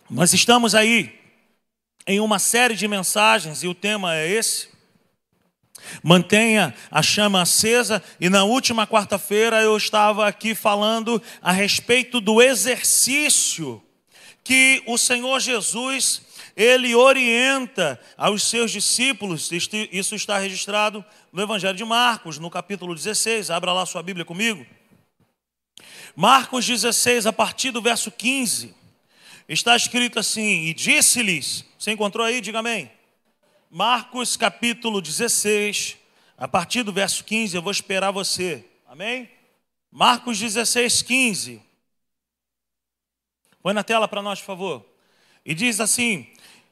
Nós estamos aí em uma série de mensagens e o tema é esse. Mantenha a chama acesa. E na última quarta-feira eu estava aqui falando a respeito do exercício que o Senhor Jesus, Ele orienta aos seus discípulos. Isso está registrado no Evangelho de Marcos, no capítulo 16. Abra lá sua Bíblia comigo. Marcos 16, a partir do verso 15. Está escrito assim: e disse-lhes, você encontrou aí? Diga amém. Marcos capítulo 16, a partir do verso 15, eu vou esperar você. Amém? Marcos 16, 15. Põe na tela para nós, por favor. E diz assim: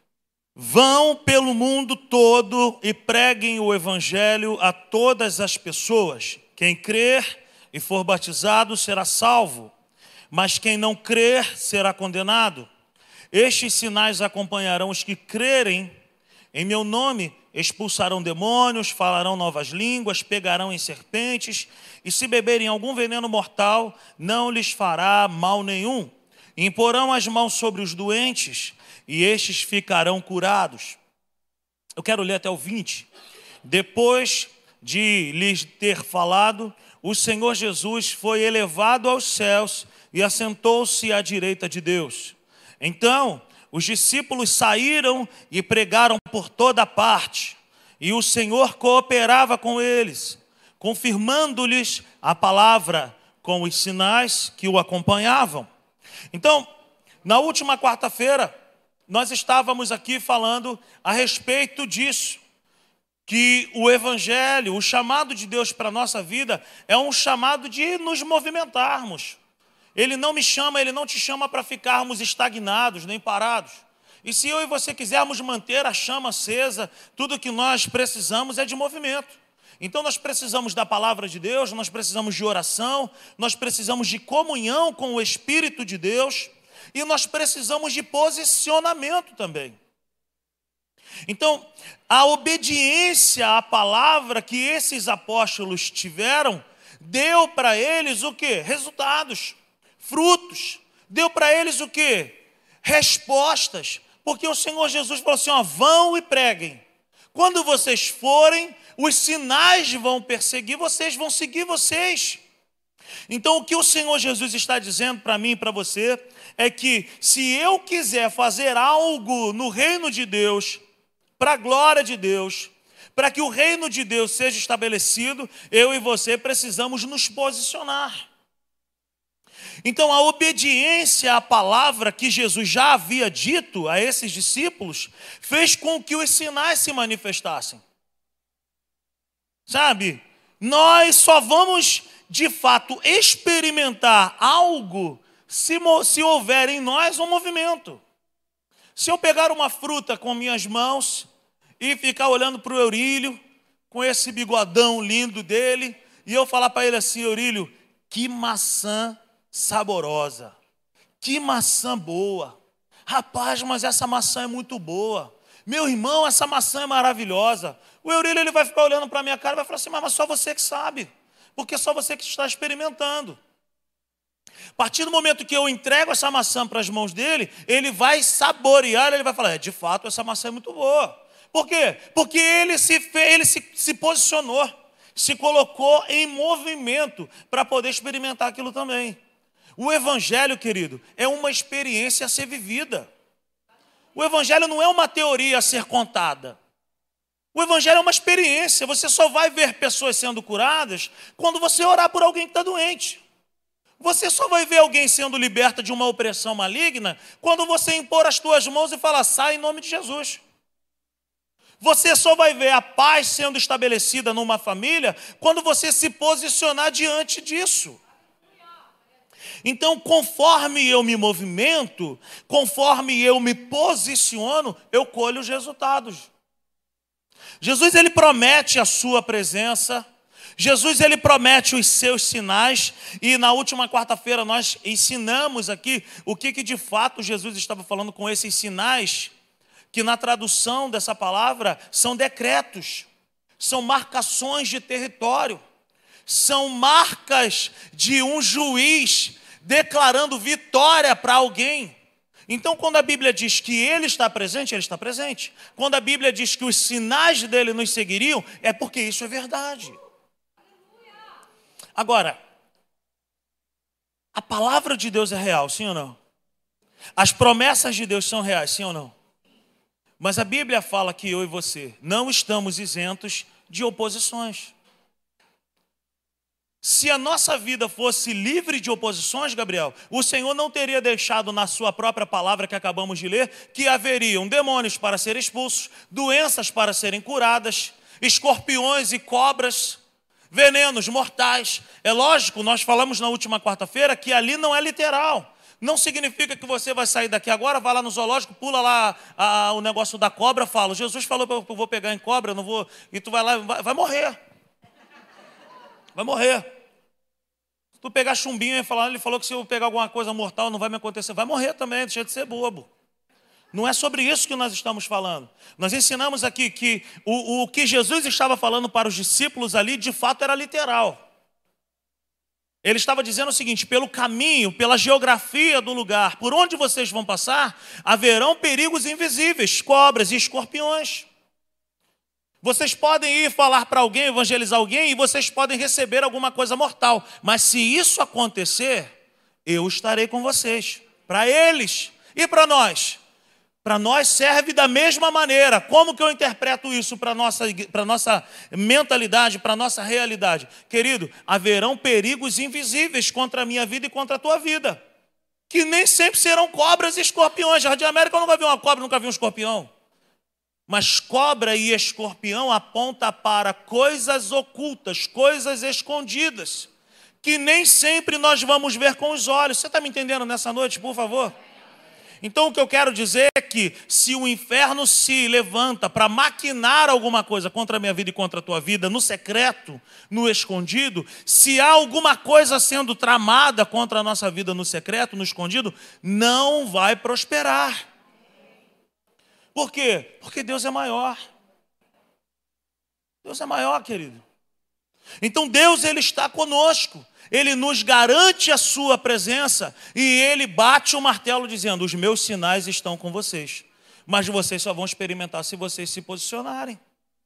vão pelo mundo todo e preguem o evangelho a todas as pessoas. Quem crer e for batizado será salvo, mas quem não crer será condenado. Estes sinais acompanharão os que crerem. Em meu nome expulsarão demônios, falarão novas línguas, pegarão em serpentes, e se beberem algum veneno mortal, não lhes fará mal nenhum. Imporão as mãos sobre os doentes, e estes ficarão curados. Eu quero ler até o 20. Depois de lhes ter falado, o Senhor Jesus foi elevado aos céus e assentou-se à direita de Deus. Então, os discípulos saíram e pregaram por toda parte, e o Senhor cooperava com eles, confirmando-lhes a palavra com os sinais que o acompanhavam. Então, na última quarta-feira, nós estávamos aqui falando a respeito disso, que o Evangelho, o chamado de Deus para a nossa vida, é um chamado de nos movimentarmos. Ele não me chama, Ele não te chama para ficarmos estagnados, nem parados. E se eu e você quisermos manter a chama acesa, tudo que nós precisamos é de movimento. Então nós precisamos da palavra de Deus, nós precisamos de oração, nós precisamos de comunhão com o Espírito de Deus e nós precisamos de posicionamento também. Então, a obediência à palavra que esses apóstolos tiveram, deu para eles o quê? Resultados, frutos. Deu para eles o quê? Respostas. Porque o Senhor Jesus falou assim, vão e preguem. Quando vocês forem, os sinais vão perseguir vocês, vão seguir vocês. Então, o que o Senhor Jesus está dizendo para mim e para você é que se eu quiser fazer algo no reino de Deus, para a glória de Deus, para que o reino de Deus seja estabelecido, eu e você precisamos nos posicionar. Então, a obediência à palavra que Jesus já havia dito a esses discípulos fez com que os sinais se manifestassem. Sabe, nós só vamos, de fato, experimentar algo se houver em nós um movimento. Se eu pegar uma fruta com minhas mãos e ficar olhando para o Eurílio, com esse bigodão lindo dele, e eu falar para ele assim, Eurílio, que maçã saborosa, que maçã boa. Rapaz, mas essa maçã é muito boa. Meu irmão, essa maçã é maravilhosa. O Eurílio ele vai ficar olhando para a minha cara e vai falar assim, mas só você que sabe, porque só você que está experimentando. A partir do momento que eu entrego essa maçã para as mãos dele, ele vai saborear, ele vai falar, de fato, essa maçã é muito boa. Por quê? Porque ele se posicionou, se colocou em movimento para poder experimentar aquilo também. O Evangelho, querido, é uma experiência a ser vivida. O Evangelho não é uma teoria a ser contada. O Evangelho é uma experiência. Você só vai ver pessoas sendo curadas quando você orar por alguém que está doente. Você só vai ver alguém sendo liberta de uma opressão maligna quando você impor as tuas mãos e falar, sai em nome de Jesus. Você só vai ver a paz sendo estabelecida numa família quando você se posicionar diante disso. Então, conforme eu me movimento, conforme eu me posiciono, eu colho os resultados. Jesus, ele promete a sua presença. Jesus, ele promete os seus sinais, e na última quarta-feira nós ensinamos aqui o que de fato Jesus estava falando com esses sinais, que na tradução dessa palavra são decretos, são marcações de território, são marcas de um juiz declarando vitória para alguém. Então, quando a Bíblia diz que Ele está presente, Ele está presente. Quando a Bíblia diz que os sinais dele nos seguiriam, é porque isso é verdade. Agora, a palavra de Deus é real, sim ou não? As promessas de Deus são reais, sim ou não? Mas a Bíblia fala que eu e você não estamos isentos de oposições. Se a nossa vida fosse livre de oposições, Gabriel, o Senhor não teria deixado na sua própria palavra que acabamos de ler que haveriam demônios para serem expulsos, doenças para serem curadas, escorpiões e cobras, venenos mortais. É lógico, nós falamos na última quarta-feira que ali não é literal. Não significa que você vai sair daqui agora, vai lá no zoológico, pula lá o negócio da cobra, fala, Jesus falou que eu vou pegar em cobra, eu não vou, e tu vai lá, vai morrer. Vai morrer. Se tu pegar chumbinho e falar, ele falou que se eu pegar alguma coisa mortal não vai me acontecer, vai morrer também, deixa de ser bobo. Não é sobre isso que nós estamos falando. Nós ensinamos aqui que o que Jesus estava falando para os discípulos ali, de fato era literal. Ele estava dizendo o seguinte: pelo caminho, pela geografia do lugar, por onde vocês vão passar, haverão perigos invisíveis, cobras e escorpiões. Vocês podem ir falar para alguém, evangelizar alguém, e vocês podem receber alguma coisa mortal. Mas se isso acontecer, eu estarei com vocês. Para eles e para nós. Para nós serve da mesma maneira. Como que eu interpreto isso para a nossa mentalidade, para a nossa realidade? Querido, haverão perigos invisíveis contra a minha vida e contra a tua vida. Que nem sempre serão cobras e escorpiões. Jardim América eu nunca vi uma cobra, nunca vi um escorpião. Mas cobra e escorpião aponta para coisas ocultas, coisas escondidas, que nem sempre nós vamos ver com os olhos. Você está me entendendo nessa noite, por favor? Então o que eu quero dizer é que se o inferno se levanta para maquinar alguma coisa contra a minha vida e contra a tua vida, no secreto, no escondido, se há alguma coisa sendo tramada contra a nossa vida no secreto, no escondido, não vai prosperar. Por quê? Porque Deus é maior. Deus é maior, querido. Então Deus, Ele está conosco. Ele nos garante a sua presença e Ele bate o martelo dizendo: os meus sinais estão com vocês. Mas vocês só vão experimentar se vocês se posicionarem.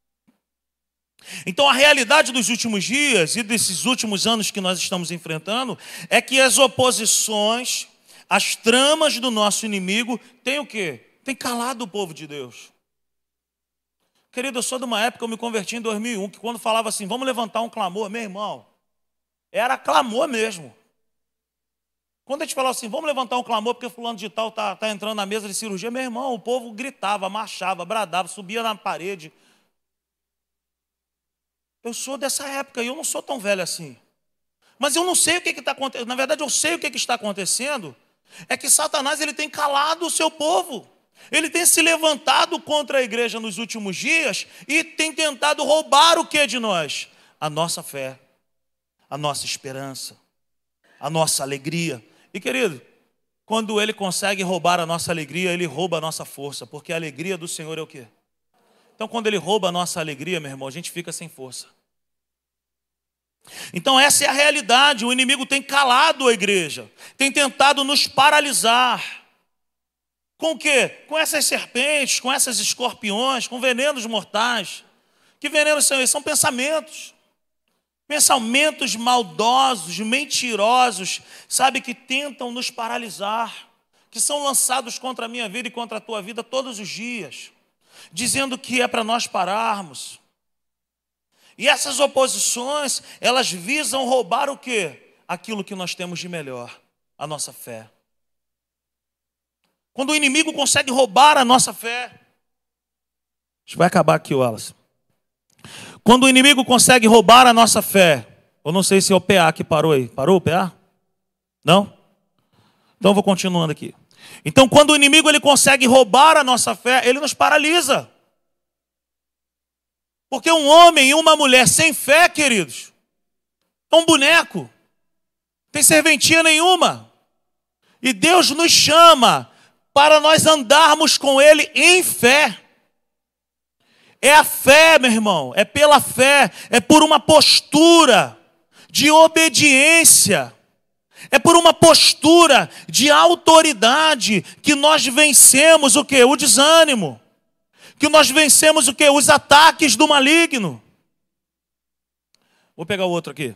Então a realidade dos últimos dias e desses últimos anos que nós estamos enfrentando é que as oposições, as tramas do nosso inimigo têm o quê? Tem calado o povo de Deus. Querido, eu sou de uma época, eu me converti em 2001, que quando falava assim, vamos levantar um clamor, meu irmão, era clamor mesmo. Quando a gente falava assim, vamos levantar um clamor porque fulano de tal está entrando na mesa de cirurgia, meu irmão, o povo gritava, marchava, bradava, subia na parede. Eu sou dessa época e eu não sou tão velho assim. Mas eu não sei o que está acontecendo. Na verdade, eu sei o que está acontecendo. É que Satanás ele tem calado o seu povo. Ele tem se levantado contra a igreja nos últimos dias e tem tentado roubar o que de nós? A nossa fé, a nossa esperança, a nossa alegria. E querido, quando ele consegue roubar a nossa alegria, ele rouba a nossa força, porque a alegria do Senhor é o quê? Então quando ele rouba a nossa alegria, meu irmão, a gente fica sem força. Então essa é a realidade, o inimigo tem calado a igreja, tem tentado nos paralisar. Com o quê? Com essas serpentes, com essas escorpiões, com venenos mortais. Que venenos são esses? São pensamentos. Pensamentos maldosos, mentirosos, sabe, que tentam nos paralisar, que são lançados contra a minha vida e contra a tua vida todos os dias, dizendo que é para nós pararmos. E essas oposições, elas visam roubar o quê? Aquilo que nós temos de melhor, a nossa fé. Quando o inimigo consegue roubar a nossa fé, isso vai acabar aqui, Wallace. Quando o inimigo consegue roubar a nossa fé, eu não sei se é o PA que parou aí. Parou o PA? Não? Então eu vou continuando aqui. Então quando o inimigo ele consegue roubar a nossa fé, ele nos paralisa. Porque um homem e uma mulher sem fé, queridos, é um boneco. Tem serventia nenhuma. E Deus nos chama para nós andarmos com Ele em fé. É a fé, meu irmão, é pela fé, é por uma postura de obediência. É por uma postura de autoridade que nós vencemos o quê? O desânimo. Que nós vencemos o quê? Os ataques do maligno. Vou pegar o outro aqui.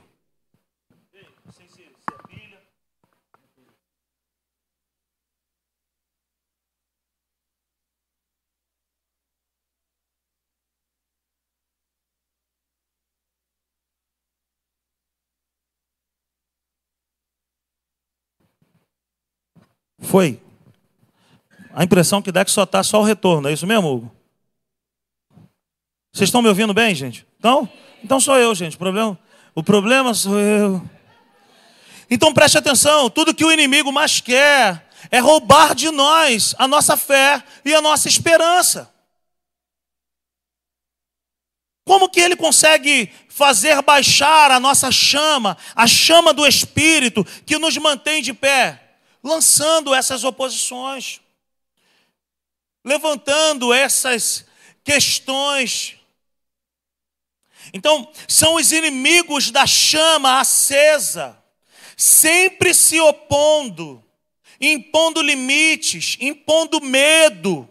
Foi. A impressão que dá é que só está só o retorno. É isso mesmo, Hugo? Vocês estão me ouvindo bem, gente? Então sou eu, gente. O problema sou eu. Então preste atenção. Tudo que o inimigo mais quer é roubar de nós a nossa fé e a nossa esperança. Como que ele consegue fazer baixar a nossa chama, a chama do Espírito que nos mantém de pé? Lançando essas oposições, levantando essas questões. Então, são os inimigos da chama acesa, sempre se opondo, impondo limites, impondo medo,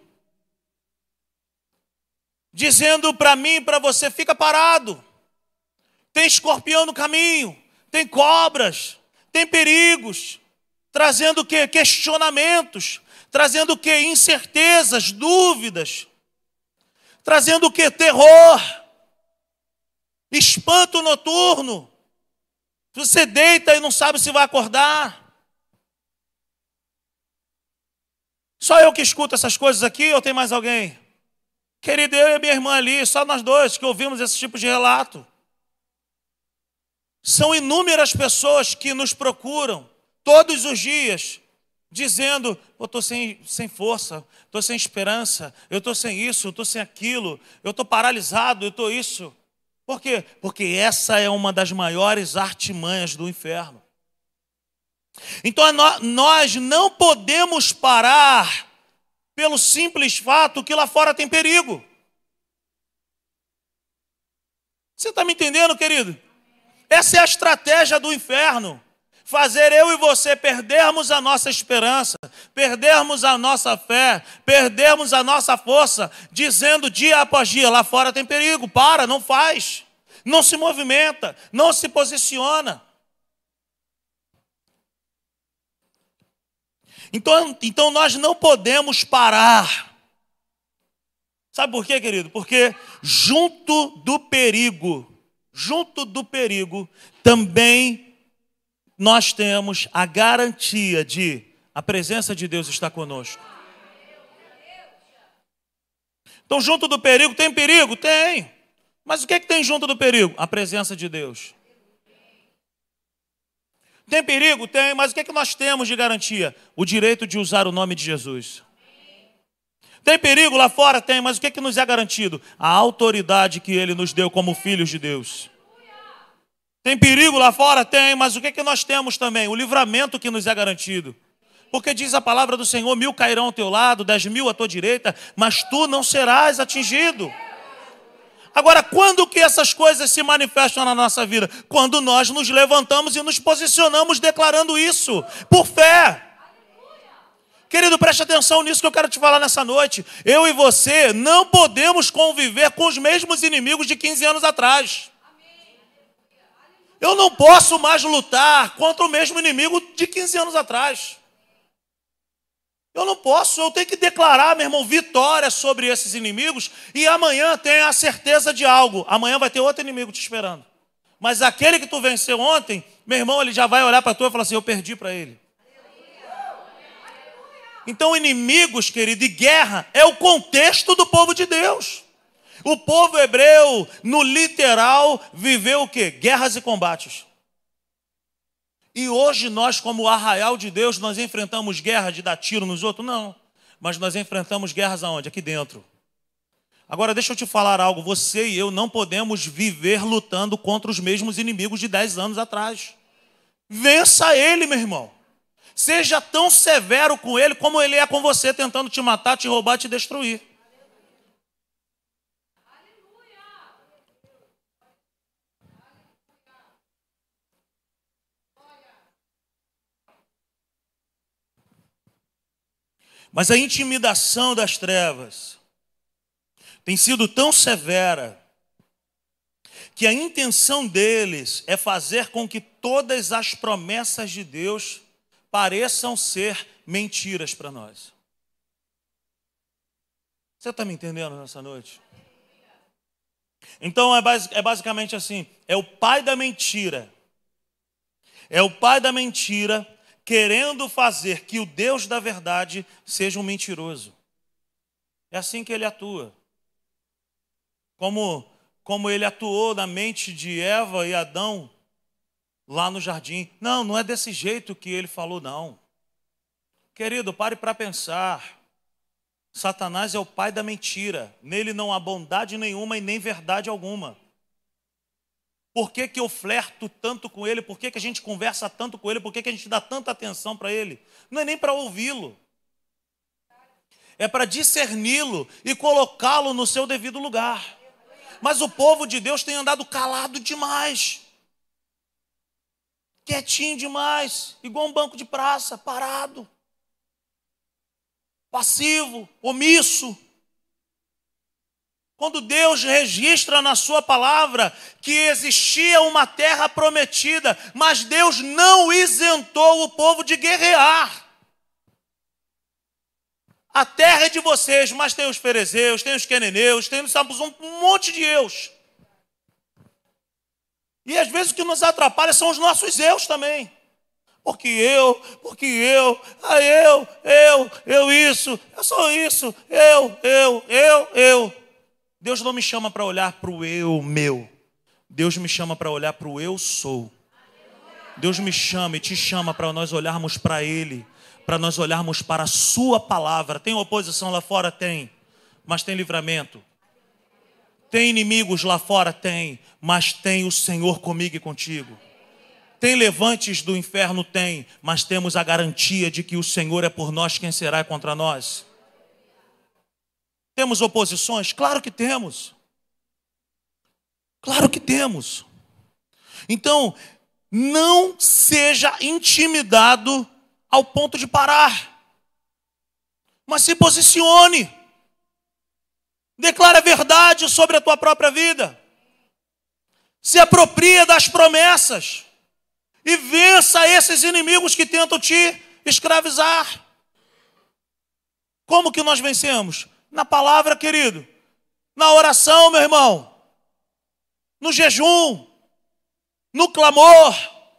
dizendo para mim e para você, fica parado. Tem escorpião no caminho, tem cobras, tem perigos, trazendo o quê? Questionamentos, trazendo o quê? Incertezas, dúvidas, trazendo o quê? Terror, espanto noturno. Você deita e não sabe se vai acordar. Só eu que escuto essas coisas aqui ou tem mais alguém? Querido, eu e a minha irmã ali, só nós dois que ouvimos esse tipo de relato. São inúmeras pessoas que nos procuram todos os dias, dizendo, eu estou sem força, estou sem esperança, eu estou sem isso, eu estou sem aquilo, eu estou paralisado, eu estou isso. Por quê? Porque essa é uma das maiores artimanhas do inferno. Então nós não podemos parar pelo simples fato que lá fora tem perigo. Você está me entendendo, querido? Essa é a estratégia do inferno. Fazer eu e você perdermos a nossa esperança, perdermos a nossa fé, perdermos a nossa força, dizendo dia após dia, lá fora tem perigo, para, não faz, não se movimenta, não se posiciona. Então nós não podemos parar. Sabe por quê, querido? Porque junto do perigo, também nós temos a garantia de a presença de Deus está conosco. Então, junto do perigo, tem perigo? Tem. Mas o que é que tem junto do perigo? A presença de Deus. Tem perigo? Tem. Mas o que é que nós temos de garantia? O direito de usar o nome de Jesus. Tem perigo lá fora? Tem. Mas o que é que nos é garantido? A autoridade que Ele nos deu como filhos de Deus. Tem perigo lá fora? Tem, mas o que é que nós temos também? O livramento que nos é garantido. Porque diz a palavra do Senhor, 1000 cairão ao teu lado, 10.000 à tua direita, mas tu não serás atingido. Agora, quando que essas coisas se manifestam na nossa vida? Quando nós nos levantamos e nos posicionamos declarando isso, por fé. Querido, preste atenção nisso que eu quero te falar nessa noite. Eu e você não podemos conviver com os mesmos inimigos de 15 anos atrás. Eu não posso mais lutar contra o mesmo inimigo de 15 anos atrás. Eu não posso, eu tenho que declarar, meu irmão, vitória sobre esses inimigos e amanhã tenha a certeza de algo. Amanhã vai ter outro inimigo te esperando. Mas aquele que tu venceu ontem, meu irmão, ele já vai olhar para tu e falar assim, eu perdi para ele. Então, inimigos, querido, e guerra é o contexto do povo de Deus. O povo hebreu, no literal, viveu o quê? Guerras e combates. E hoje nós, como arraial de Deus, nós enfrentamos guerra de dar tiro nos outros? Não. Mas nós enfrentamos guerras aonde? Aqui dentro. Agora deixa eu te falar algo. Você e eu não podemos viver lutando contra os mesmos inimigos de 10 anos atrás. Vença ele, meu irmão. Seja tão severo com ele como ele é com você, tentando te matar, te roubar, te destruir. Mas a intimidação das trevas tem sido tão severa que a intenção deles é fazer com que todas as promessas de Deus pareçam ser mentiras para nós. Você está me entendendo nessa noite? Então é basicamente assim, é o pai da mentira. É o pai da mentira querendo fazer que o Deus da verdade seja um mentiroso. É assim que ele atua. Como ele atuou na mente de Eva e Adão lá no jardim. Não é desse jeito que ele falou, não. Querido, pare para pensar. Satanás é o pai da mentira. Nele não há bondade nenhuma e nem verdade alguma. Por que eu flerto tanto com ele? Por que a gente conversa tanto com ele? Por que a gente dá tanta atenção para ele? Não é nem para ouvi-lo. É para discerni-lo e colocá-lo no seu devido lugar. Mas o povo de Deus tem andado calado demais. Quietinho demais. Igual um banco de praça, parado. Passivo, omisso. Quando Deus registra na sua palavra que existia uma terra prometida, mas Deus não isentou o povo de guerrear. A terra é de vocês, mas tem os ferezeus, tem os queneneus, tem um monte de eus. E às vezes o que nos atrapalha são os nossos eus também. Porque eu isso, eu sou isso, eu. Deus não me chama para olhar para o eu meu. Deus me chama para olhar para o eu sou. Deus me chama e te chama para nós olharmos para Ele, para nós olharmos para a sua palavra. Tem oposição lá fora? Tem, mas tem livramento. Tem inimigos lá fora? Tem, mas tem o Senhor comigo e contigo. Tem levantes do inferno? Tem, mas temos a garantia de que o Senhor é por nós, quem será contra nós? Temos oposições? Claro que temos. Claro que temos. Então, não seja intimidado ao ponto de parar. Mas se posicione. Declare a verdade sobre a tua própria vida. Se apropria das promessas. E vença esses inimigos que tentam te escravizar. Como que nós vencemos? Na palavra, querido. Na oração, meu irmão. No jejum. No clamor.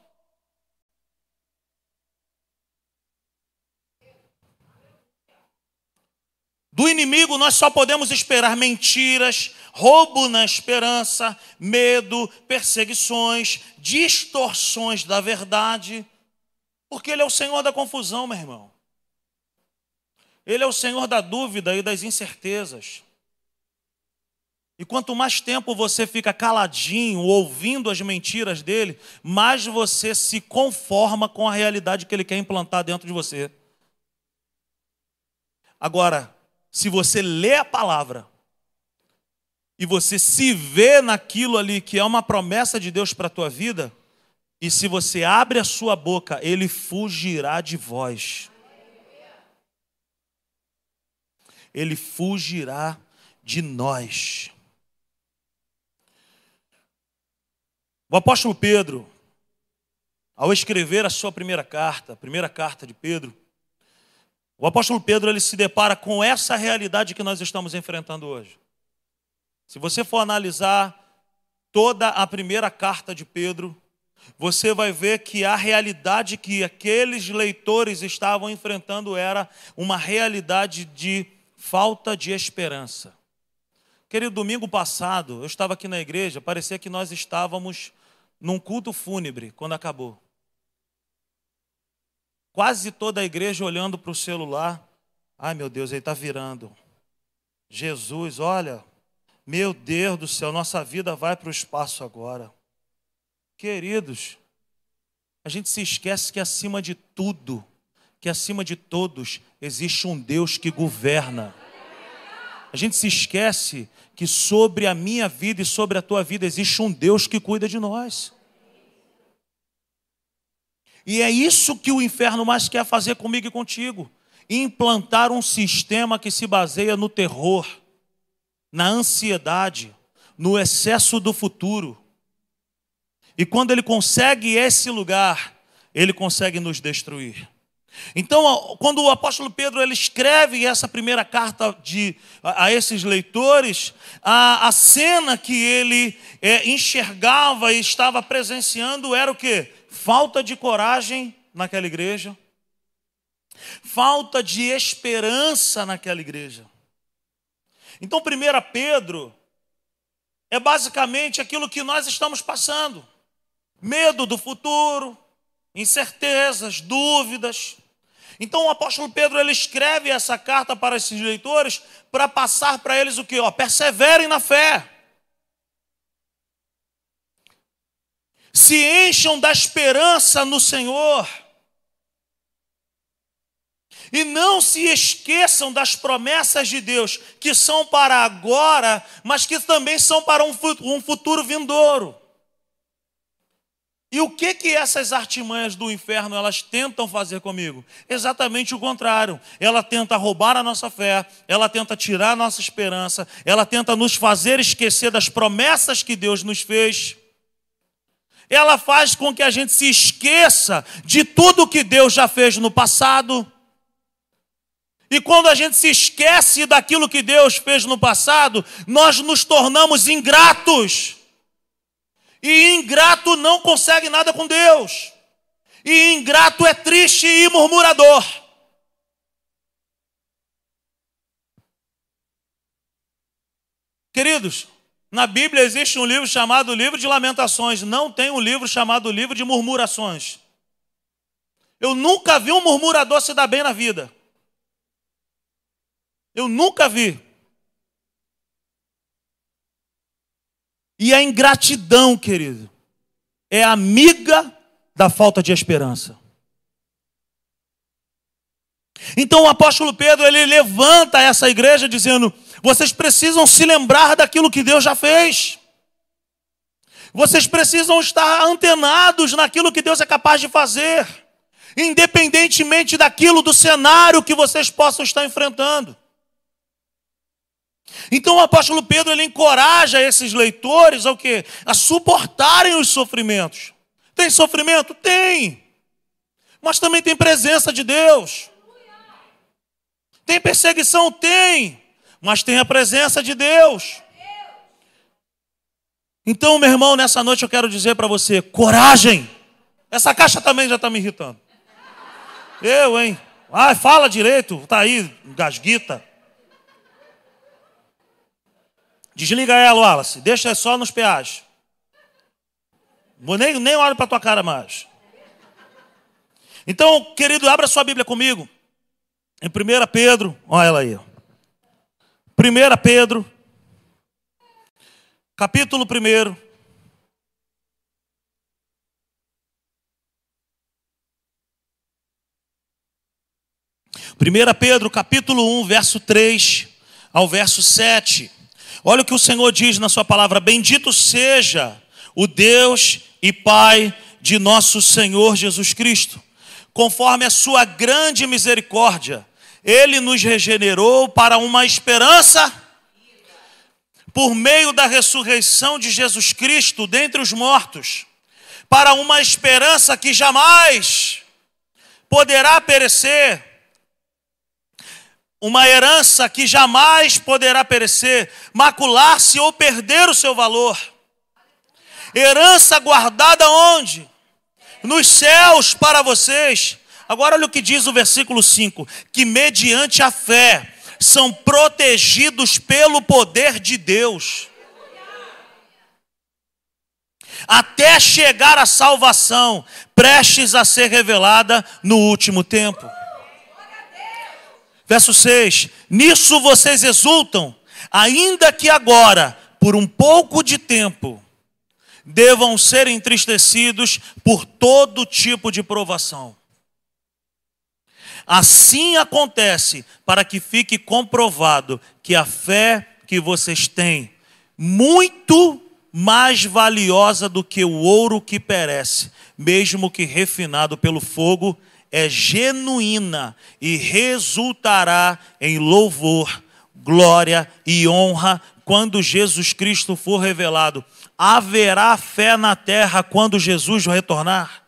Do inimigo nós só podemos esperar mentiras, roubo na esperança, medo, perseguições, distorções da verdade. Porque ele é o Senhor da confusão, meu irmão. Ele é o Senhor da dúvida e das incertezas. E quanto mais tempo você fica caladinho, ouvindo as mentiras dele, mais você se conforma com a realidade que ele quer implantar dentro de você. Agora, se você lê a palavra e você se vê naquilo ali que é uma promessa de Deus para a tua vida, e se você abre a sua boca, ele fugirá de vós. Ele fugirá de nós. O apóstolo Pedro, ao escrever a sua primeira carta, a primeira carta de Pedro, o apóstolo Pedro ele se depara com essa realidade que nós estamos enfrentando hoje. Se você for analisar toda a primeira carta de Pedro, você vai ver que a realidade que aqueles leitores estavam enfrentando era uma realidade de falta de esperança. Querido, domingo passado, eu estava aqui na igreja, parecia que nós estávamos num culto fúnebre quando acabou. Quase toda a igreja olhando para o celular. Ai, meu Deus, ele está virando. Jesus, olha, meu Deus do céu, nossa vida vai para o espaço agora. Queridos, a gente se esquece que acima de tudo, que acima de todos, existe um Deus que governa. A gente se esquece que sobre a minha vida e sobre a tua vida existe um Deus que cuida de nós. E é isso que o inferno mais quer fazer comigo e contigo. implantar um sistema que se baseia no terror, na ansiedade, no excesso do futuro. E quando ele consegue esse lugar, ele consegue nos destruir. Então, quando o apóstolo Pedro ele escreve essa primeira carta a esses leitores, a cena que ele enxergava e estava presenciando era o quê? Falta de coragem naquela igreja, falta de esperança naquela igreja. Então, 1 Pedro é basicamente aquilo que nós estamos passando: medo do futuro, incertezas, dúvidas. Então o apóstolo Pedro ele escreve essa carta para esses leitores para passar para eles o quê? Perseverem na fé. Se encham da esperança no Senhor. E não se esqueçam das promessas de Deus, que são para agora, mas que também são para um futuro vindouro. E o que essas artimanhas do inferno elas tentam fazer comigo? Exatamente o contrário. Ela tenta roubar a nossa fé, ela tenta tirar a nossa esperança, ela tenta nos fazer esquecer das promessas que Deus nos fez. Ela faz com que a gente se esqueça de tudo que Deus já fez no passado. E quando a gente se esquece daquilo que Deus fez no passado, nós nos tornamos ingratos. E ingrato não consegue nada com Deus. E ingrato é triste e murmurador. Queridos, na Bíblia existe um livro chamado Livro de Lamentações. Não tem um livro chamado Livro de Murmurações. Eu nunca vi um murmurador se dar bem na vida. Eu nunca vi. E a ingratidão, querido, é amiga da falta de esperança. Então o apóstolo Pedro, ele levanta essa igreja dizendo: vocês precisam se lembrar daquilo que Deus já fez. Vocês precisam estar antenados naquilo que Deus é capaz de fazer, independentemente do cenário que vocês possam estar enfrentando. Então o apóstolo Pedro ele encoraja esses leitores ao quê? A suportarem os sofrimentos. Tem sofrimento? Tem. Mas também tem presença de Deus. Tem perseguição? Tem. Mas tem a presença de Deus. Então, meu irmão, nessa noite eu quero dizer para você: coragem. Essa caixa também já está me irritando. Hein? Fala direito. Está aí, gasguita. Desliga ela, Wallace. Deixa só nos peagens. Nem olho para tua cara mais. Então, querido, abra sua Bíblia comigo. Em 1 Pedro, olha ela aí. 1 Pedro, capítulo 1. 1 Pedro, capítulo 1, verso 3 ao verso 7. Olha o que o Senhor diz na sua palavra: bendito seja o Deus e Pai de nosso Senhor Jesus Cristo. Conforme a sua grande misericórdia, Ele nos regenerou para uma esperança por meio da ressurreição de Jesus Cristo dentre os mortos, para uma esperança que jamais poderá perecer, uma herança que jamais poderá perecer, macular-se ou perder o seu valor. Herança guardada onde? Nos céus para vocês. Agora olha o que diz o versículo 5. Que mediante a fé são protegidos pelo poder de Deus, até chegar à salvação, prestes a ser revelada no último tempo. Verso 6. Nisso vocês exultam, ainda que agora, por um pouco de tempo, devam ser entristecidos por todo tipo de provação. Assim acontece para que fique comprovado que a fé que vocês têm, muito mais valiosa do que o ouro que perece, mesmo que refinado pelo fogo, é genuína e resultará em louvor, glória e honra quando Jesus Cristo for revelado. Haverá fé na terra quando Jesus retornar?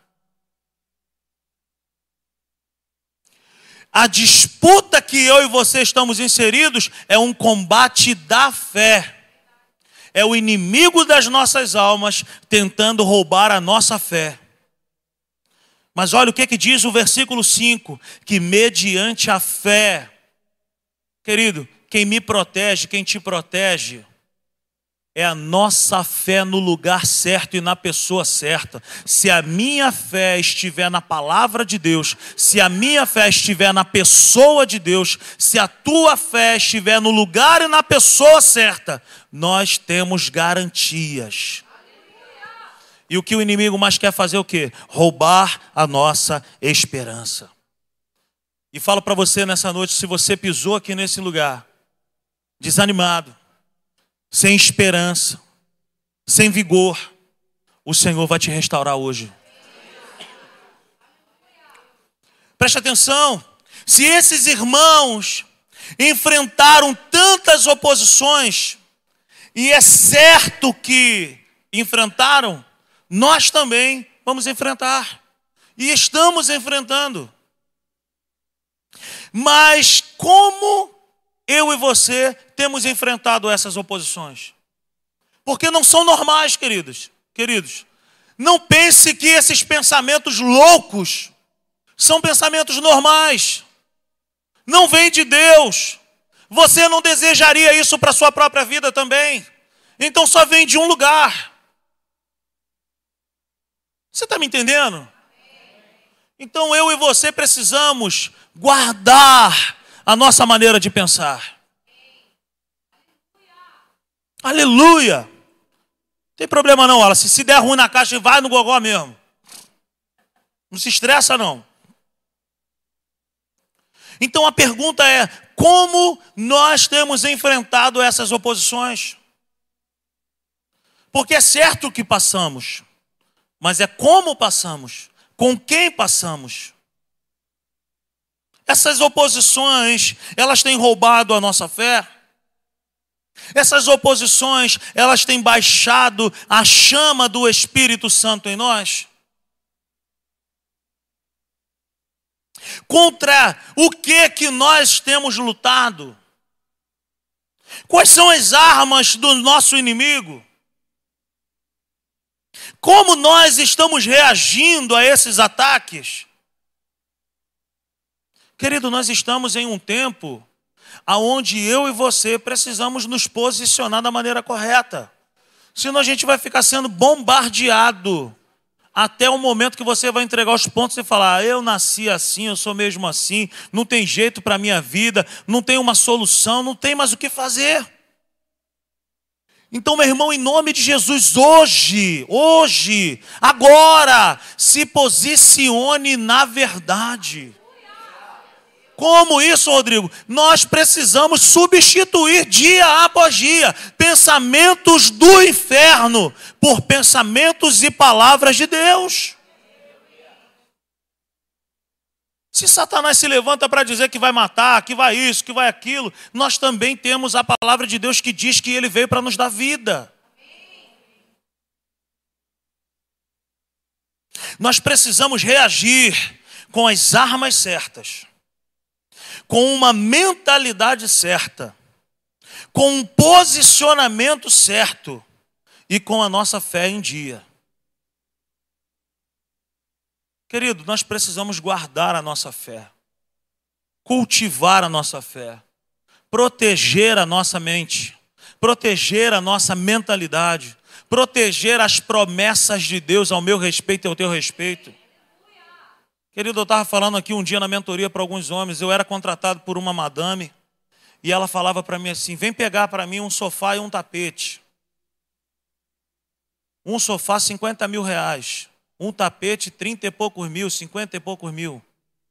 A disputa que eu e você estamos inseridos é um combate da fé. É o inimigo das nossas almas tentando roubar a nossa fé. Mas olha o que diz o versículo 5, que mediante a fé, querido, quem me protege, quem te protege, é a nossa fé no lugar certo e na pessoa certa. Se a minha fé estiver na palavra de Deus, se a minha fé estiver na pessoa de Deus, se a tua fé estiver no lugar e na pessoa certa, nós temos garantias. E o que o inimigo mais quer fazer é o quê? Roubar a nossa esperança. E falo para você nessa noite, se você pisou aqui nesse lugar, desanimado, sem esperança, sem vigor, o Senhor vai te restaurar hoje. Preste atenção, se esses irmãos enfrentaram tantas oposições, e é certo que enfrentaram, nós também vamos enfrentar. E estamos enfrentando. Mas como eu e você temos enfrentado essas oposições? Porque não são normais, queridos. Não pense que esses pensamentos loucos são pensamentos normais. Não vem de Deus. Você não desejaria isso para a sua própria vida também. Então só vem de um lugar. Você está me entendendo? Então eu e você precisamos guardar a nossa maneira de pensar. Aleluia! Não tem problema não, Wallace. Se der ruim na caixa, vai no gogó mesmo. Não se estressa não. Então a pergunta é, como nós temos enfrentado essas oposições? Porque é certo que passamos, mas é como passamos, com quem passamos. Essas oposições, elas têm roubado a nossa fé. Essas oposições, elas têm baixado a chama do Espírito Santo em nós. Contra o que nós temos lutado? Quais são as armas do nosso inimigo? Como nós estamos reagindo a esses ataques? Querido, nós estamos em um tempo onde eu e você precisamos nos posicionar da maneira correta. Senão a gente vai ficar sendo bombardeado até o momento que você vai entregar os pontos e falar, eu nasci assim, eu sou mesmo assim, não tem jeito para a minha vida, não tem uma solução, não tem mais o que fazer. Então, meu irmão, em nome de Jesus, hoje, agora, se posicione na verdade. Como isso, Rodrigo? Nós precisamos substituir dia após dia pensamentos do inferno por pensamentos e palavras de Deus. Se Satanás se levanta para dizer que vai matar, que vai isso, que vai aquilo, nós também temos a palavra de Deus que diz que ele veio para nos dar vida. Nós precisamos reagir com as armas certas, com uma mentalidade certa, com um posicionamento certo e com a nossa fé em dia. Querido, nós precisamos guardar a nossa fé, cultivar a nossa fé, proteger a nossa mente, proteger a nossa mentalidade, proteger as promessas de Deus ao meu respeito e ao teu respeito. Querido, eu estava falando aqui um dia na mentoria para alguns homens, eu era contratado por uma madame e ela falava para mim assim, vem pegar para mim um sofá e um tapete. Um sofá, 50 mil reais. Um tapete, 30 e poucos mil, 50 e poucos mil.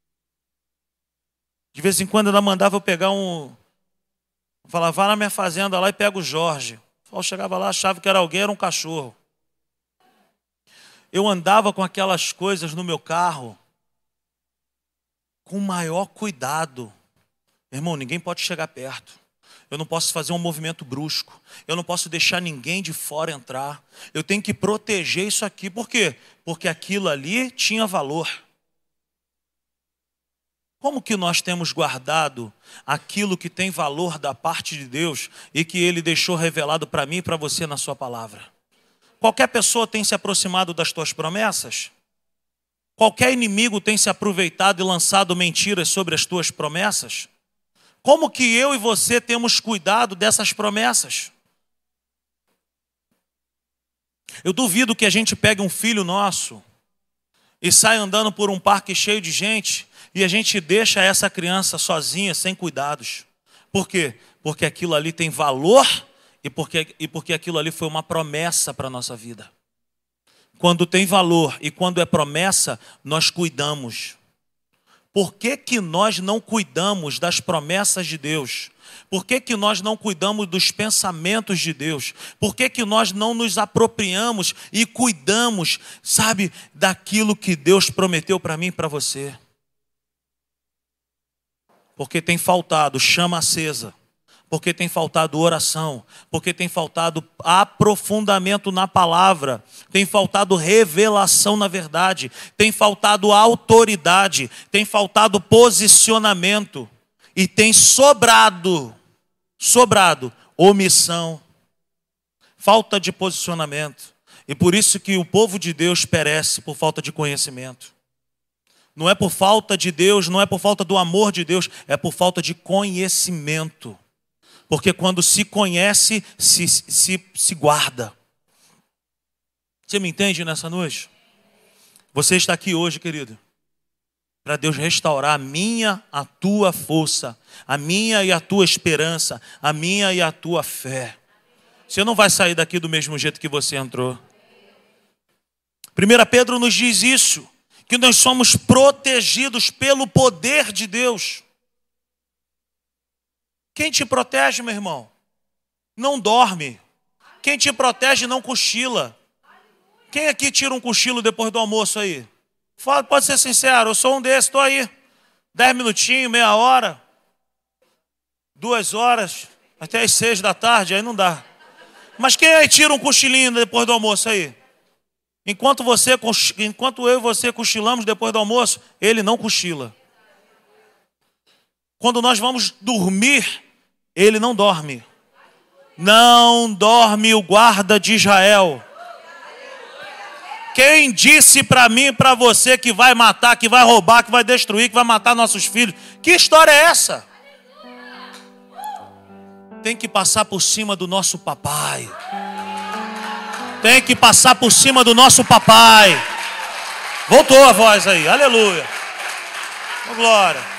De vez em quando ela mandava eu pegar falava, vai na minha fazenda lá e pega o Jorge. Eu chegava lá, achava que era alguém, era um cachorro. Eu andava com aquelas coisas no meu carro. com maior cuidado. Irmão, ninguém pode chegar perto. Eu não posso fazer um movimento brusco. Eu não posso deixar ninguém de fora entrar. Eu tenho que proteger isso aqui. Por quê? Porque aquilo ali tinha valor. Como que nós temos guardado aquilo que tem valor da parte de Deus e que Ele deixou revelado para mim e para você na sua palavra? Qualquer pessoa tem se aproximado das tuas promessas? Qualquer inimigo tem se aproveitado e lançado mentiras sobre as tuas promessas? Como que eu e você temos cuidado dessas promessas? Eu duvido que a gente pegue um filho nosso e saia andando por um parque cheio de gente e a gente deixa essa criança sozinha, sem cuidados. Por quê? Porque aquilo ali tem valor e porque aquilo ali foi uma promessa para a nossa vida. Quando tem valor e quando é promessa, nós cuidamos. Por que que nós não cuidamos das promessas de Deus? Por que que nós não cuidamos dos pensamentos de Deus? Por que que nós não nos apropriamos e cuidamos, sabe, daquilo que Deus prometeu para mim e para você? Porque tem faltado chama acesa. Porque tem faltado oração, porque tem faltado aprofundamento na palavra, tem faltado revelação na verdade, tem faltado autoridade, tem faltado posicionamento e tem sobrado omissão, falta de posicionamento. E por isso que o povo de Deus perece por falta de conhecimento. Não é por falta de Deus, não é por falta do amor de Deus, é por falta de conhecimento. Porque quando se conhece, se guarda. Você me entende nessa noite? Você está aqui hoje, querido, para Deus restaurar a minha, a tua força, a minha e a tua esperança, a minha e a tua fé. Você não vai sair daqui do mesmo jeito que você entrou. 1 Pedro nos diz isso, que nós somos protegidos pelo poder de Deus. Quem te protege, meu irmão, não dorme. Quem te protege não cochila. Quem aqui tira um cochilo depois do almoço aí? Fala, pode ser sincero, eu sou um desses, estou aí. 10 minutinhos, meia hora, 2 horas, até as 6 da tarde, aí não dá. Mas quem aí tira um cochilinho depois do almoço aí? Enquanto eu e você cochilamos depois do almoço, ele não cochila. Quando nós vamos dormir, ele não dorme. Não dorme o guarda de Israel. Quem disse para mim e para você que vai matar, que vai roubar, que vai destruir, que vai matar nossos filhos? Que história é essa? Tem que passar por cima do nosso papai. Tem que passar por cima do nosso papai. Voltou a voz aí, aleluia. Oh, glória.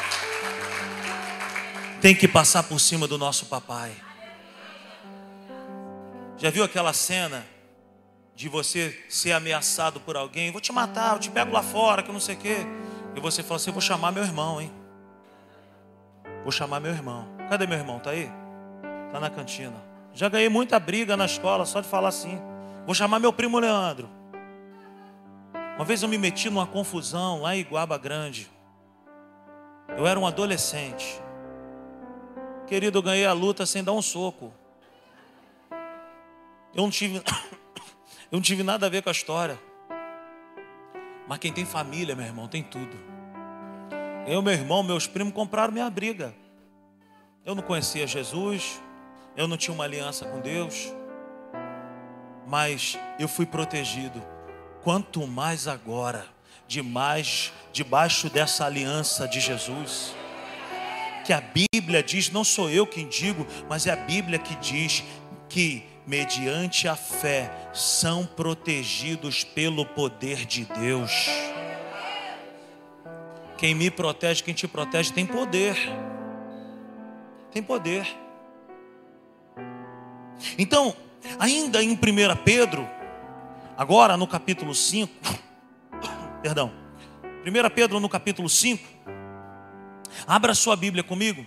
Tem que passar por cima do nosso papai. Já viu aquela cena de você ser ameaçado por alguém? Vou te matar, eu te pego lá fora, que eu não sei o quê. E você fala assim, vou chamar meu irmão, hein? Vou chamar meu irmão. Cadê meu irmão? Tá aí? Tá na cantina. Já ganhei muita briga na escola só de falar assim. Vou chamar meu primo Leandro. Uma vez eu me meti numa confusão lá em Iguaba Grande. Eu era um adolescente. Querido, eu ganhei a luta sem dar um soco. Eu não tive nada a ver com a história. Mas quem tem família, meu irmão, tem tudo. Eu, meu irmão, meus primos compraram minha briga. Eu não conhecia Jesus. Eu não tinha uma aliança com Deus. Mas eu fui protegido. Quanto mais agora, debaixo dessa aliança de Jesus. Que a Bíblia diz, não sou eu quem digo, mas é a Bíblia que diz que mediante a fé são protegidos pelo poder de Deus. Quem me protege, quem te protege tem poder. Tem poder. Então, ainda em 1 Pedro, agora no capítulo 5, perdão, 1 Pedro no capítulo 5, abra sua Bíblia comigo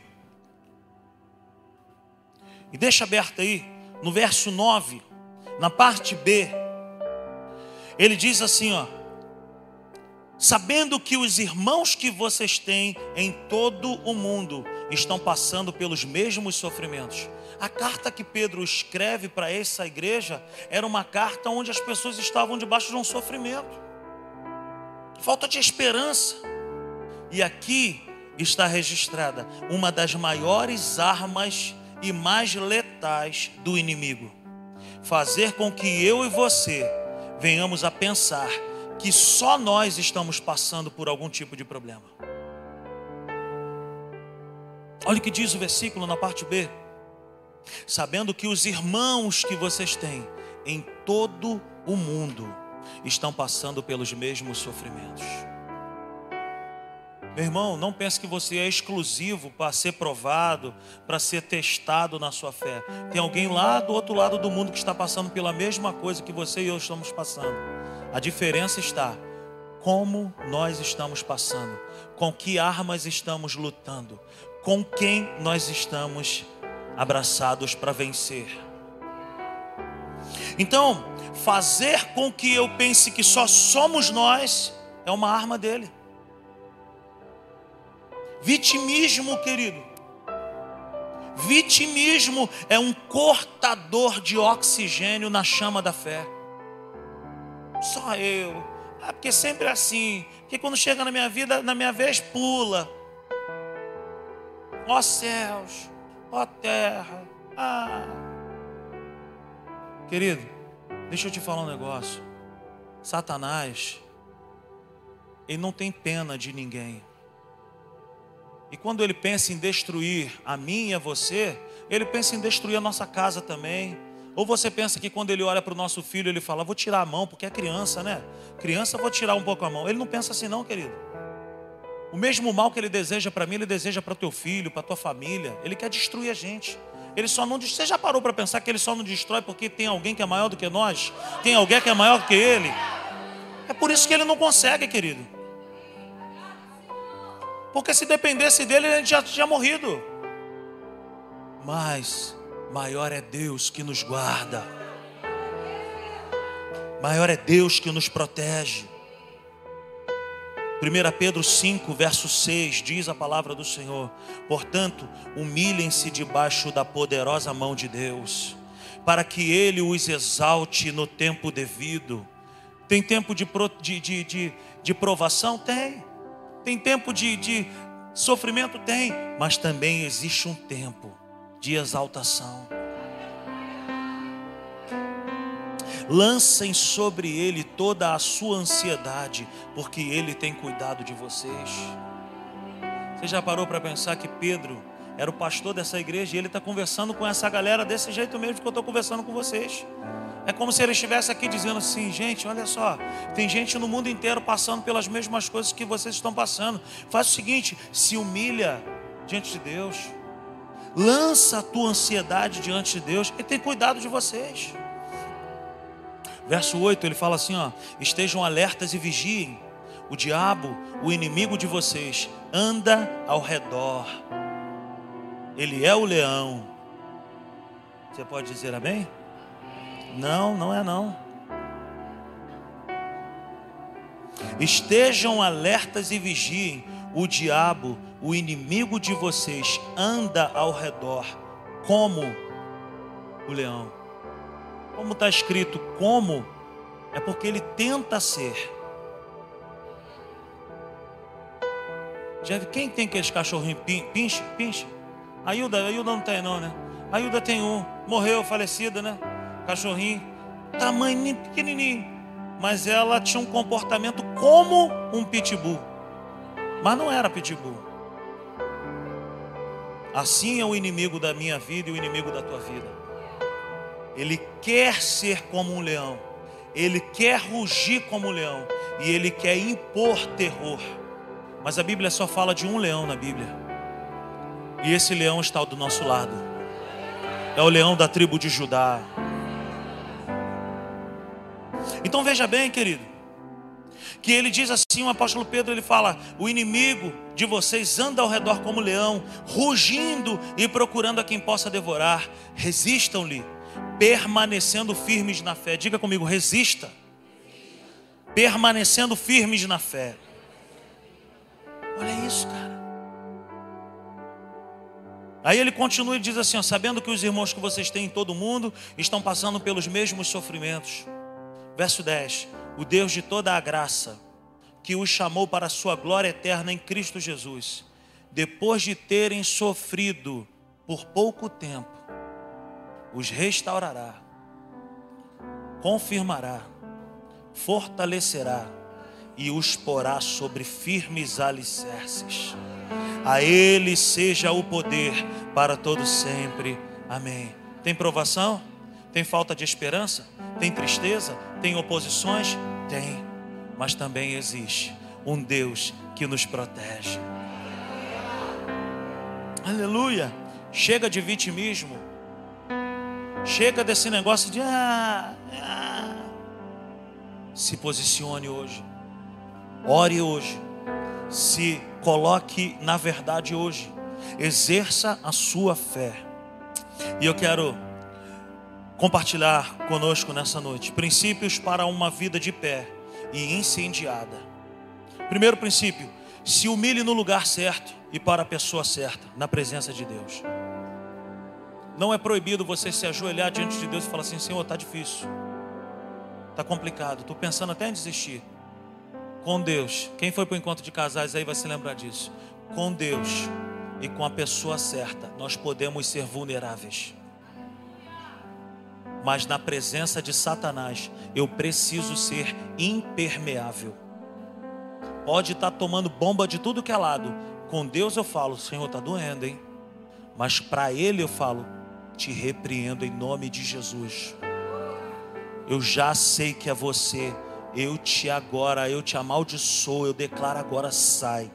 e deixa aberta aí no verso 9, na parte B. Ele diz assim, ó: sabendo que os irmãos que vocês têm em todo o mundo estão passando pelos mesmos sofrimentos. A carta que Pedro escreve para essa igreja era uma carta onde as pessoas estavam debaixo de um sofrimento, falta de esperança. E aqui está registrada uma das maiores armas e mais letais do inimigo: fazer com que eu e você venhamos a pensar que só nós estamos passando por algum tipo de problema. Olha o que diz o versículo na parte B: sabendo que os irmãos que vocês têm em todo o mundo estão passando pelos mesmos sofrimentos. Meu irmão, não pense que você é exclusivo para ser provado, para ser testado na sua fé. Tem alguém lá do outro lado do mundo que está passando pela mesma coisa que você e eu estamos passando. A diferença está como nós estamos passando, com que armas estamos lutando, com quem nós estamos abraçados para vencer. Então, fazer com que eu pense que só somos nós é uma arma dele. Vitimismo, querido. Vitimismo é um cortador de oxigênio na chama da fé. Só eu. Porque sempre é assim. Porque quando chega na minha vida, na minha vez, pula. Ó céus, ó terra. Querido, deixa eu te falar um negócio. Satanás, ele não tem pena de ninguém. E quando ele pensa em destruir a mim e a você, ele pensa em destruir a nossa casa também. Ou você pensa que quando ele olha para o nosso filho, ele fala: vou tirar a mão, porque é criança, né? Criança, vou tirar um pouco a mão. Ele não pensa assim não, querido. O mesmo mal que ele deseja para mim, ele deseja para o teu filho, para a tua família. Ele quer destruir a gente. Ele só não destrói. Você já parou para pensar que ele só não destrói porque tem alguém que é maior do que nós? Tem alguém que é maior do que ele? É por isso que ele não consegue, querido. Porque se dependesse dele, ele já tinha morrido. Mas maior é Deus que nos guarda. Maior é Deus que nos protege. 1 Pedro 5, verso 6, diz a palavra do Senhor: portanto, humilhem-se debaixo da poderosa mão de Deus, para que Ele os exalte no tempo devido. Tem tempo de provação? Tem. Tem tempo de sofrimento? Tem. Mas também existe um tempo de exaltação. Lancem sobre Ele toda a sua ansiedade, porque Ele tem cuidado de vocês. Você já parou para pensar que Pedro era o pastor dessa igreja e ele está conversando com essa galera desse jeito mesmo que eu estou conversando com vocês? É como se ele estivesse aqui dizendo assim: gente, olha só, tem gente no mundo inteiro passando pelas mesmas coisas que vocês estão passando. Faz o seguinte, se humilha diante de Deus, lança a tua ansiedade diante de Deus, Ele tem cuidado de vocês. Verso 8, ele fala assim, ó: estejam alertas e vigiem. O diabo, o inimigo de vocês, anda ao redor. Ele é o leão. Você pode dizer amém? Não, não é não. Estejam alertas e vigiem. O diabo, o inimigo de vocês, anda ao redor como o leão. Como está escrito como, é porque ele tenta ser. Já viu quem tem aqueles cachorrinhos pinche? A Hilda não tem não, né? A Hilda tem um, morreu, falecida, né? Cachorrinho, tamanho pequenininho, mas ela tinha um comportamento como um pitbull, mas não era pitbull. Assim é o inimigo da minha vida e o inimigo da tua vida. Ele quer ser como um leão, ele quer rugir como um leão, e ele quer impor terror. Mas a Bíblia só fala de um leão na Bíblia, e esse leão está do nosso lado. É o leão da tribo de Judá. Então veja bem, querido, que ele diz assim, o apóstolo Pedro, ele fala: o inimigo de vocês anda ao redor como leão, rugindo e procurando a quem possa devorar. Resistam-lhe, permanecendo firmes na fé. Diga comigo: resista. permanecendo firmes na fé. Olha isso, cara. Aí ele continua e diz assim, ó, sabendo que os irmãos que vocês têm em todo o mundo estão passando pelos mesmos sofrimentos. Verso 10. O Deus de toda a graça, que os chamou para a sua glória eterna em Cristo Jesus, depois de terem sofrido por pouco tempo, os restaurará, confirmará, fortalecerá e os porá sobre firmes alicerces. A Ele seja o poder para todo sempre. Amém. Tem provação? Tem falta de esperança? Tem tristeza? Tem oposições? Tem. Mas também existe um Deus que nos protege. Aleluia. Chega de vitimismo. Chega desse negócio de Se posicione hoje. Ore hoje. Se coloque na verdade hoje. Exerça a sua fé. E eu quero compartilhar conosco nessa noite princípios para uma vida de pé e incendiada. Primeiro princípio: se humilhe no lugar certo e para a pessoa certa, na presença de Deus. Não é proibido você se ajoelhar diante de Deus e falar assim: Senhor, está difícil, está complicado, estou pensando até em desistir. Com Deus, quem foi para o encontro de casais aí vai se lembrar disso. Com Deus e com a pessoa certa, nós podemos ser vulneráveis. Mas na presença de Satanás, eu preciso ser impermeável. Pode estar tomando bomba de tudo que é lado. Com Deus eu falo: Senhor, está doendo, hein? Mas para Ele eu falo: te repreendo em nome de Jesus. Eu já sei que é você. Eu te amaldiçoo, eu declaro agora, sai.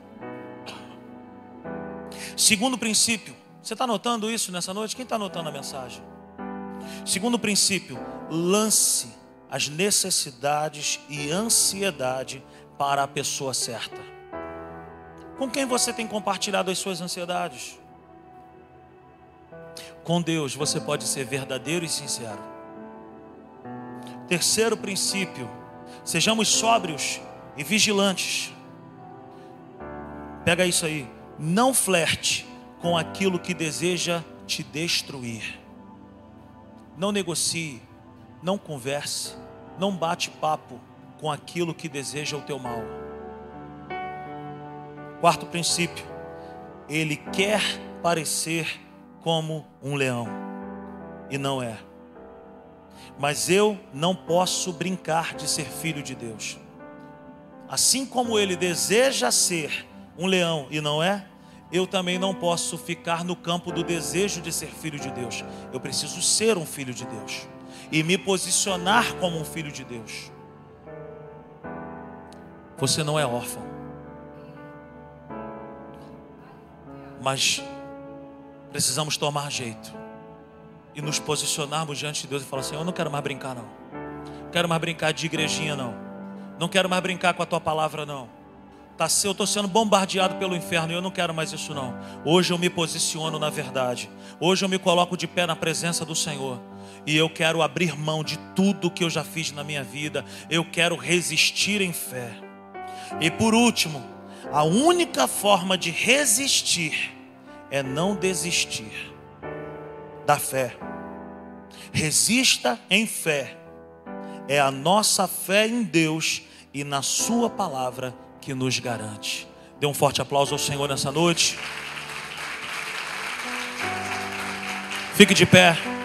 Segundo princípio, você está anotando isso nessa noite? Quem está anotando a mensagem? Segundo princípio, lance as necessidades e ansiedade para a pessoa certa. Com quem você tem compartilhado as suas ansiedades? Com Deus você pode ser verdadeiro e sincero. Terceiro princípio: sejamos sóbrios e vigilantes. Pega isso aí. Não flerte com aquilo que deseja te destruir. Não negocie, não converse, não bate papo com aquilo que deseja o teu mal. Quarto princípio: ele quer parecer como um leão e não é. Mas eu não posso brincar de ser filho de Deus. Assim como ele deseja ser um leão e não é, eu também não posso ficar no campo do desejo de ser filho de Deus. Eu preciso ser um filho de Deus e me posicionar como um filho de Deus. Você não é órfão, mas precisamos tomar jeito e nos posicionarmos diante de Deus e falar assim: eu não quero mais brincar não. Não quero mais brincar de igrejinha não. Não quero mais brincar com a tua palavra não. Eu estou sendo bombardeado pelo inferno e eu não quero mais isso não. Hoje eu me posiciono na verdade. Hoje eu me coloco de pé na presença do Senhor. E eu quero abrir mão de tudo que eu já fiz na minha vida. Eu quero resistir em fé. E por último, a única forma de resistir é não desistir da fé. Resista em fé. É a nossa fé em Deus e na sua palavra que nos garante. Dê um forte aplauso ao Senhor nessa noite. Fique de pé.